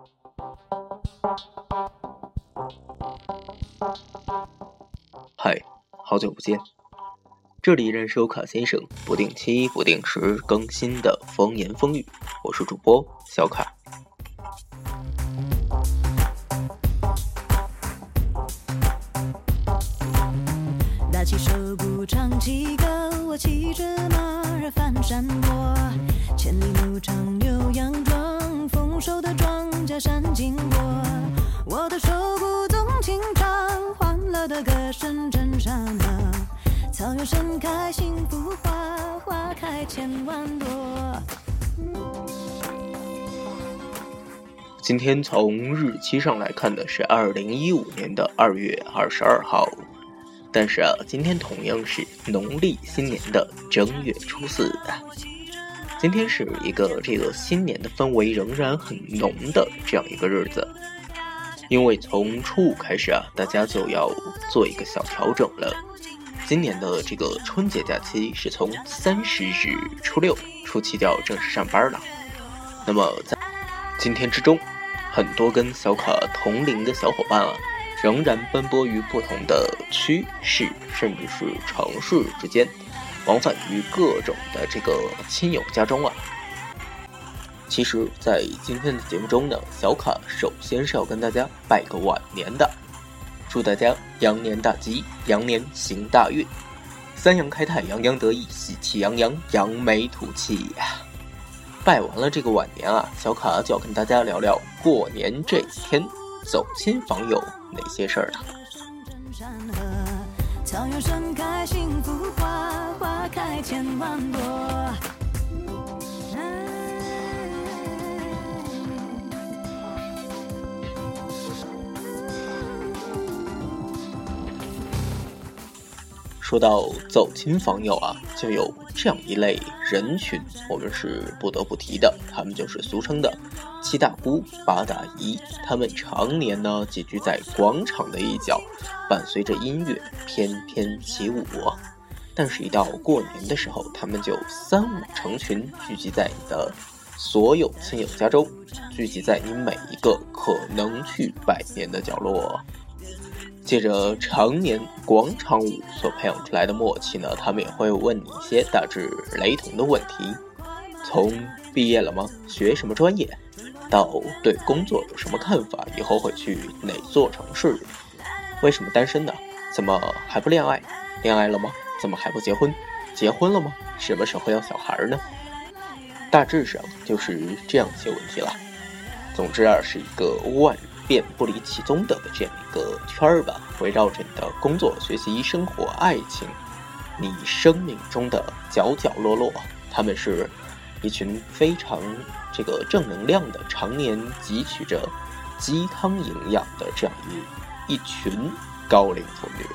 嗨，好久不见，这里仍是由卡先生不定期不定时更新的风言风语，我是主播小卡。 打起手鼓唱起歌，我骑着马儿翻山坡，千里牧场牛羊壮，丰收的庄稼闪经过，我的手鼓动情唱，欢乐的歌声震刹那，草原盛开幸福花，花开千万朵。 今天从日期上来看的是2015年的2月22号，但是今天同样是农历新年的正月初4。今天是一个这个新年的氛围仍然很浓的这样一个日子，因为从初5开始大家就要做一个小调整了。今年的这个春节假期是从30日初6、初7就要正式上班了。那么在今天之中，很多跟小卡同龄的小伙伴仍然奔波于不同的区市甚至是城市之间，往返于各种的这个亲友家中其实在今天的节目中呢，小卡首先是要跟大家拜个晚年的，祝大家羊年大吉，羊年行大运，三阳开泰，洋洋得意，喜气洋洋，扬眉吐气拜完了这个晚年小卡就要跟大家聊聊过年这几天走亲访友哪些事儿呢？ 草原盛开幸福花，花开千万朵。 说到走亲访友就有这样一类人群，我们是不得不提的，他们就是俗称的七大姑八大姨。他们常年呢集聚在广场的一角，伴随着音乐翩翩起舞但是一到过年的时候，他们就三五成群聚集在你的所有亲友家中，聚集在你每一个可能去拜年的角落。借着常年广场舞所培养出来的默契呢，他们也会问你一些大致雷同的问题，从毕业了吗？学什么专业？到对工作有什么看法？以后会去哪座城市？为什么单身呢？怎么还不恋爱？恋爱了吗？怎么还不结婚？结婚了吗？什么时候要小孩呢？大致上就是这样一些问题了。总之是一个万变不离其宗的这样一个圈儿吧，围绕着你的工作、学习、生活、爱情，你生命中的角角落落，他们是一群非常这个正能量的，常年汲取着鸡汤营养的这样一群高龄妇女。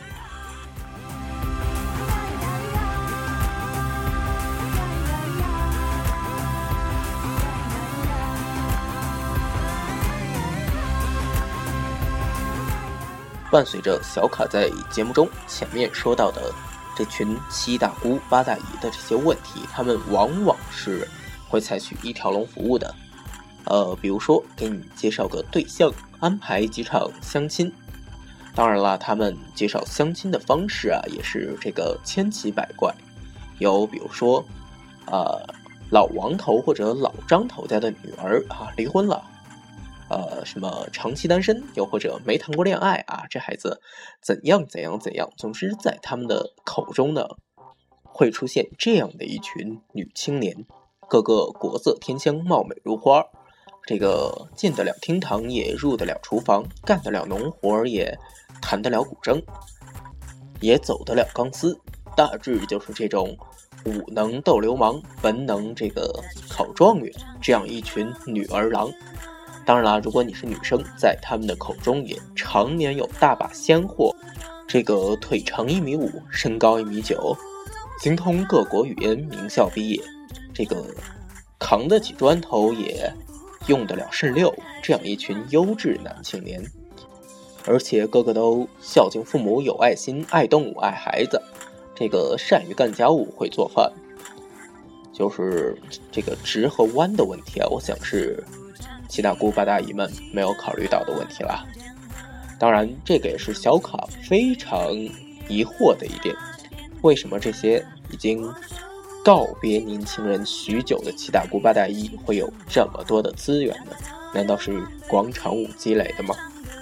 伴随着小卡在节目中前面说到的这群七大姑八大姨的这些问题，他们往往是会采取一条龙服务的。比如说给你介绍个对象，安排几场相亲。当然了，他们介绍相亲的方式也是这个千奇百怪。有比如说老王头或者老张头家的女儿离婚了，什么长期单身，又或者没谈过恋爱这孩子怎样怎样怎样。总之在他们的口中呢，会出现这样的一群女青年，个个国色天香，貌美如花，这个进得了厅堂，也入得了厨房，干得了农活，也弹得了古筝，也走得了钢丝。大致就是这种武能斗流氓，文能这个考状元，这样一群女儿郎。当然啦，如果你是女生，在他们的口中也常年有大把鲜货，这个腿长1.5米，身高1.9米，精通各国语言，名校毕业，这个扛得起砖头，也用得了肾六，这样一群优质男青年。而且个个都孝敬父母，有爱心，爱动物，爱孩子，这个善于干家务，会做饭。就是这个直和弯的问题我想是七大姑八大姨们没有考虑到的问题了。当然，这个也是小卡非常疑惑的一点，为什么这些已经告别年轻人许久的七大姑八大姨会有这么多的资源呢？难道是广场舞积累的吗？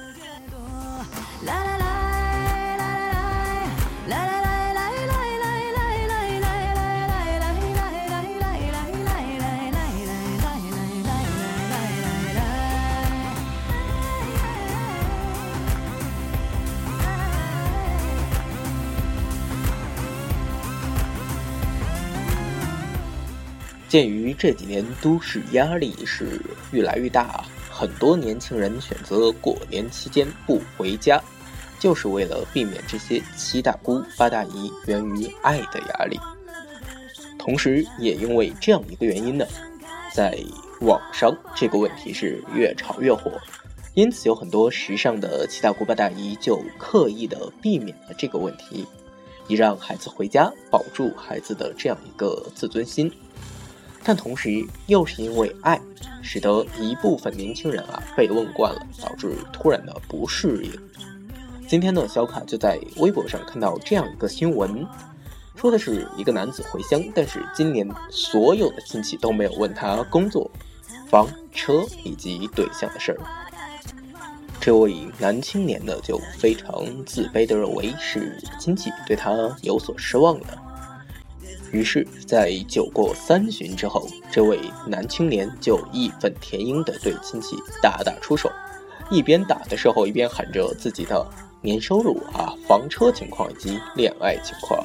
鉴于这几年都市压力是越来越大，很多年轻人选择过年期间不回家，就是为了避免这些七大姑八大姨源于爱的压力。同时也因为这样一个原因呢，在网上这个问题是越炒越火，因此有很多时尚的七大姑八大姨就刻意的避免了这个问题，以让孩子回家，保住孩子的这样一个自尊心。但同时又是因为爱，使得一部分年轻人被问惯了，导致突然的不适应。今天呢，小卡就在微博上看到这样一个新闻，说的是一个男子回乡，但是今年所有的亲戚都没有问他工作、房、车以及对象的事儿。这位男青年呢，就非常自卑地认为是亲戚对他有所失望了。于是在酒过3巡之后，这位男青年就义愤填膺地对亲戚大打出手，一边打的时候一边喊着自己的年收入房车情况以及恋爱情况。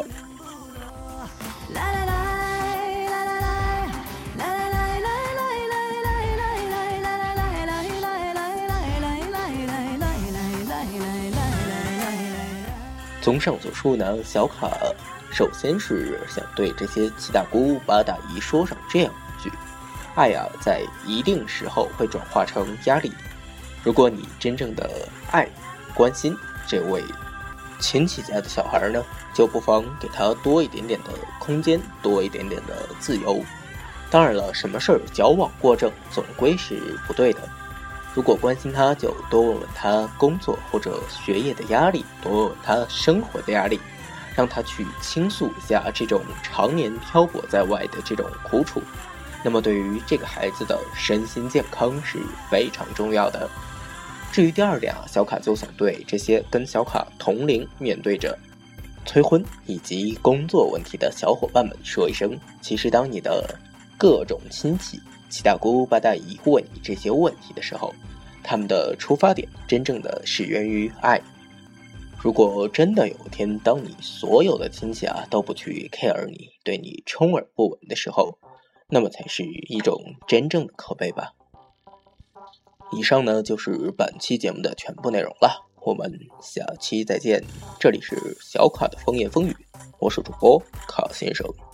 综上所述呢，小卡首先是想对这些七大姑八大姨说上这样一句：爱在一定时候会转化成压力。如果你真正的爱关心这位亲戚家的小孩呢，就不妨给他多一点点的空间，多一点点的自由。当然了，什么事儿矫枉过正总归是不对的。如果关心他，就多问问他工作或者学业的压力，多问问他生活的压力，让他去倾诉一下这种常年漂泊在外的这种苦楚。那么对于这个孩子的身心健康是非常重要的。至于第二点小卡就想对这些跟小卡同龄面对着催婚以及工作问题的小伙伴们说一声，其实当你的各种亲戚七大姑八大姨问你这些问题的时候，他们的出发点真正的是源于爱。如果真的有一天，当你所有的亲戚都不去 care 你，对你充耳不闻的时候，那么才是一种真正的可悲吧。以上呢就是本期节目的全部内容了，我们下期再见。这里是小卡的风言风语，我是主播卡先生。